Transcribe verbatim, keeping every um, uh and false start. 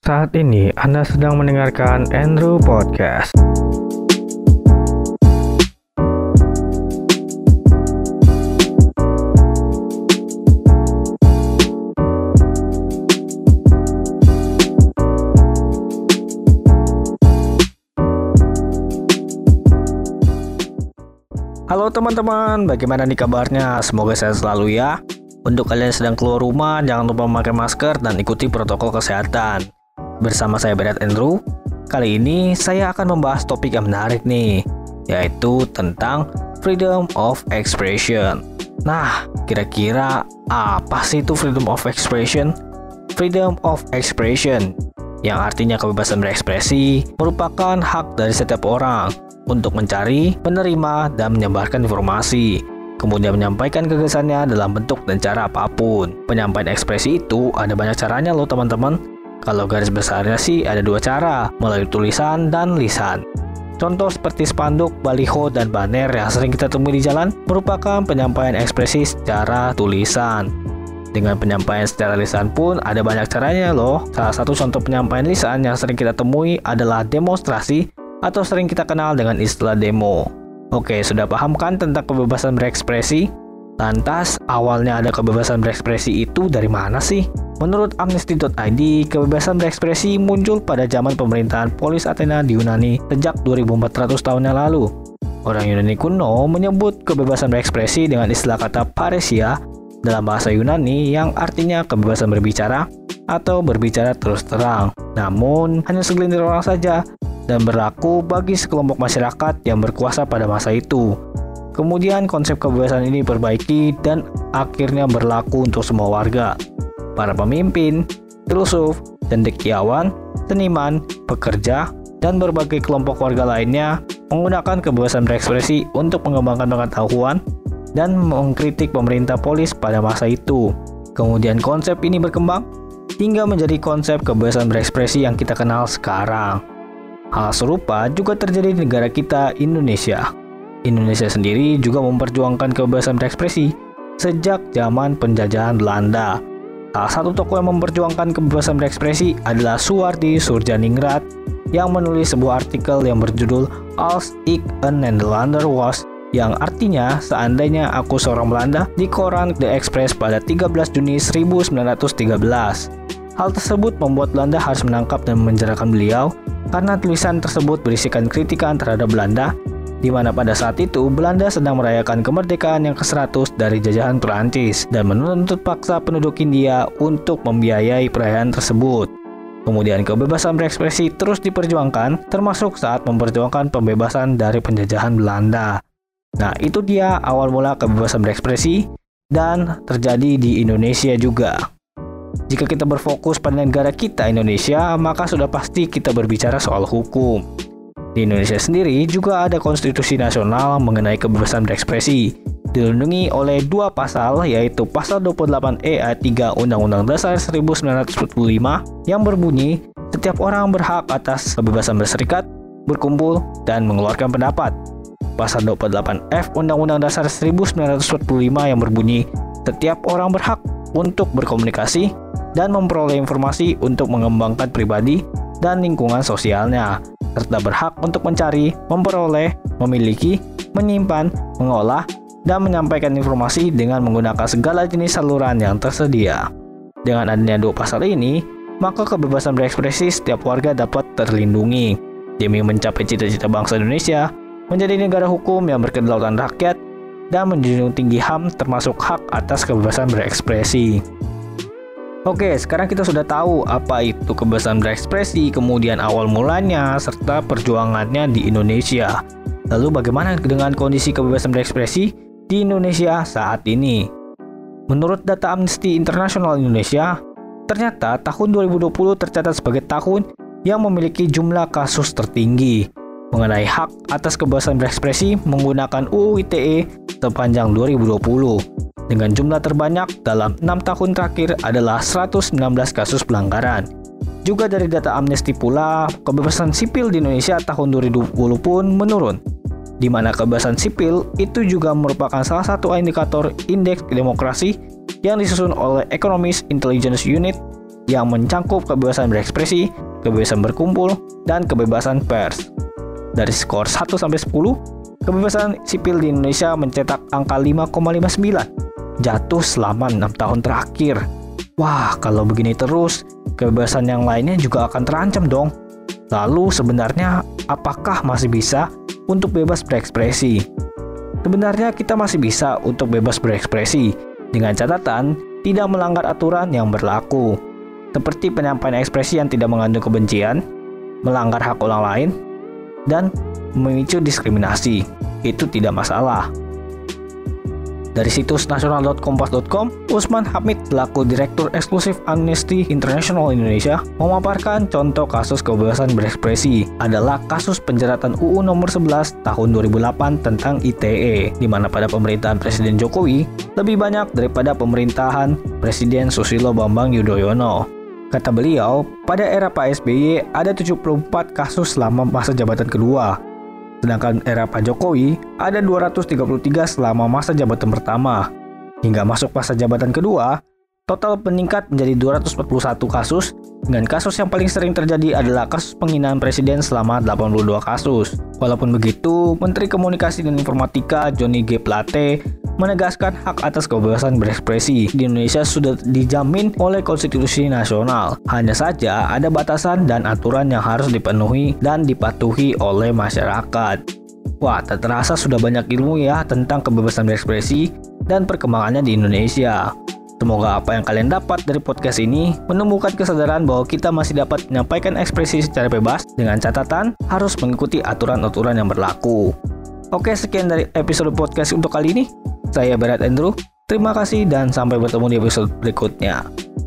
Saat ini Anda sedang mendengarkan Andrew Podcast. Halo teman-teman, bagaimana nih kabarnya? Semoga sehat selalu ya. Untuk kalian yang sedang keluar rumah, jangan lupa memakai masker dan ikuti protokol kesehatan. Bersama saya Berat Andrew, kali ini saya akan membahas topik yang menarik nih, yaitu tentang freedom of expression. Nah, kira-kira apa sih itu freedom of expression? Freedom of expression, yang artinya kebebasan berekspresi, merupakan hak dari setiap orang untuk mencari, menerima, dan menyebarkan informasi, kemudian menyampaikan gagasannya dalam bentuk dan cara apapun. Penyampaian ekspresi itu ada banyak caranya loh teman-teman. Kalau garis besarnya sih ada dua cara, melalui tulisan dan lisan. Contoh seperti spanduk, baliho, dan banner yang sering kita temui di jalan merupakan penyampaian ekspresi secara tulisan. Dengan penyampaian secara lisan pun ada banyak caranya loh. Salah satu contoh penyampaian lisan yang sering kita temui adalah demonstrasi, atau sering kita kenal dengan istilah demo. Oke, sudah paham kan tentang kebebasan berekspresi? Lantas, awalnya ada kebebasan berekspresi itu dari mana sih? Menurut amnesty dot i d, kebebasan berekspresi muncul pada zaman pemerintahan Polis Athena di Yunani sejak dua ribu empat ratus tahun yang lalu. Orang Yunani kuno menyebut kebebasan berekspresi dengan istilah kata paresia dalam bahasa Yunani yang artinya kebebasan berbicara atau berbicara terus terang. Namun, hanya segelintir orang saja dan berlaku bagi sekelompok masyarakat yang berkuasa pada masa itu. Kemudian konsep kebebasan ini diperbaiki dan akhirnya berlaku untuk semua warga. Para pemimpin, filosof, cendekiawan, seniman, pekerja, dan berbagai kelompok warga lainnya menggunakan kebebasan berekspresi untuk mengembangkan pengetahuan dan mengkritik pemerintah polis pada masa itu. Kemudian konsep ini berkembang hingga menjadi konsep kebebasan berekspresi yang kita kenal sekarang. Hal serupa juga terjadi di negara kita, Indonesia. Indonesia sendiri juga memperjuangkan kebebasan berekspresi sejak zaman penjajahan Belanda. Salah satu tokoh yang memperjuangkan kebebasan berekspresi adalah Suwardi Soedjardiningrat yang menulis sebuah artikel yang berjudul Als ik een Nederlander was, yang artinya seandainya aku seorang Belanda, di koran The Express pada tiga belas Juni seribu sembilan ratus tiga belas. Hal tersebut membuat Belanda harus menangkap dan memenjarakan beliau karena tulisan tersebut berisikan kritikan terhadap Belanda, di mana pada saat itu Belanda sedang merayakan kemerdekaan yang ke seratus dari jajahan Perancis dan menuntut paksa penduduk India untuk membiayai perayaan tersebut. Kemudian kebebasan berekspresi terus diperjuangkan, termasuk saat memperjuangkan pembebasan dari penjajahan Belanda. Nah, itu dia awal mula kebebasan berekspresi dan terjadi di Indonesia juga. Jika kita berfokus pada negara kita Indonesia, maka sudah pasti kita berbicara soal hukum. Di Indonesia sendiri juga ada konstitusi nasional mengenai kebebasan berekspresi, dilindungi oleh dua pasal, yaitu pasal dua puluh delapan E ayat tiga Undang-Undang Dasar seribu sembilan ratus empat puluh lima yang berbunyi, setiap orang berhak atas kebebasan berserikat, berkumpul, dan mengeluarkan pendapat. Pasal dua puluh delapan F Undang-Undang Dasar seribu sembilan ratus empat puluh lima yang berbunyi, setiap orang berhak untuk berkomunikasi dan memperoleh informasi untuk mengembangkan pribadi dan lingkungan sosialnya, serta berhak untuk mencari, memperoleh, memiliki, menyimpan, mengolah, dan menyampaikan informasi dengan menggunakan segala jenis saluran yang tersedia. Dengan adanya dua pasal ini, maka kebebasan berekspresi setiap warga dapat terlindungi demi mencapai cita-cita bangsa Indonesia menjadi negara hukum yang berkedaulatan rakyat dan menjunjung tinggi H A M termasuk hak atas kebebasan berekspresi. Oke, sekarang kita sudah tahu apa itu kebebasan berekspresi, kemudian awal mulanya, serta perjuangannya di Indonesia. Lalu bagaimana dengan kondisi kebebasan berekspresi di Indonesia saat ini? Menurut data Amnesty International Indonesia, ternyata tahun dua ribu dua puluh tercatat sebagai tahun yang memiliki jumlah kasus tertinggi mengenai hak atas kebebasan berekspresi menggunakan U U I T E sepanjang dua ribu dua puluh. Dengan jumlah terbanyak dalam enam tahun terakhir adalah seratus sembilan belas kasus pelanggaran. Juga dari data Amnesty pula, kebebasan sipil di Indonesia tahun dua ribu dua puluh pun menurun, di mana kebebasan sipil itu juga merupakan salah satu indikator indeks demokrasi yang disusun oleh Economist Intelligence Unit yang mencangkup kebebasan berekspresi, kebebasan berkumpul, dan kebebasan pers. Dari skor satu sampai sepuluh, kebebasan sipil di Indonesia mencetak angka lima koma lima sembilan, jatuh selama enam tahun terakhir. Wah, kalau begini terus, kebebasan yang lainnya juga akan terancam dong. Lalu sebenarnya apakah masih bisa untuk bebas berekspresi? Sebenarnya kita masih bisa untuk bebas berekspresi dengan catatan tidak melanggar aturan yang berlaku, seperti penyampaian ekspresi yang tidak mengandung kebencian, melanggar hak orang lain, dan memicu diskriminasi. Itu tidak masalah. Dari situs nasional dot kompas dot com, Usman Hamid selaku Direktur Eksekutif Amnesty International Indonesia memaparkan contoh kasus kebebasan berekspresi adalah kasus penjeratan U U nomor sebelas tahun dua ribu delapan tentang I T E, di mana pada pemerintahan Presiden Jokowi lebih banyak daripada pemerintahan Presiden Susilo Bambang Yudhoyono. Kata beliau, pada era Pak S B Y ada tujuh puluh empat kasus selama masa jabatan kedua. Sedangkan era Pak Jokowi ada dua ratus tiga puluh tiga selama masa jabatan pertama. Hingga masuk masa jabatan kedua, total meningkat menjadi dua ratus empat puluh satu kasus, dengan kasus yang paling sering terjadi adalah kasus penghinaan presiden selama delapan puluh dua kasus. Walaupun begitu, Menteri Komunikasi dan Informatika Johnny G. Plate menegaskan hak atas kebebasan berekspresi di Indonesia sudah dijamin oleh konstitusi nasional. Hanya saja ada batasan dan aturan yang harus dipenuhi dan dipatuhi oleh masyarakat. Wah, tak terasa sudah banyak ilmu ya tentang kebebasan berekspresi dan perkembangannya di Indonesia. Semoga apa yang kalian dapat dari podcast ini menemukan kesadaran bahwa kita masih dapat menyampaikan ekspresi secara bebas dengan catatan harus mengikuti aturan-aturan yang berlaku. Oke, sekian dari episode podcast untuk kali ini. Saya Berat Andrew, terima kasih dan sampai bertemu di episode berikutnya.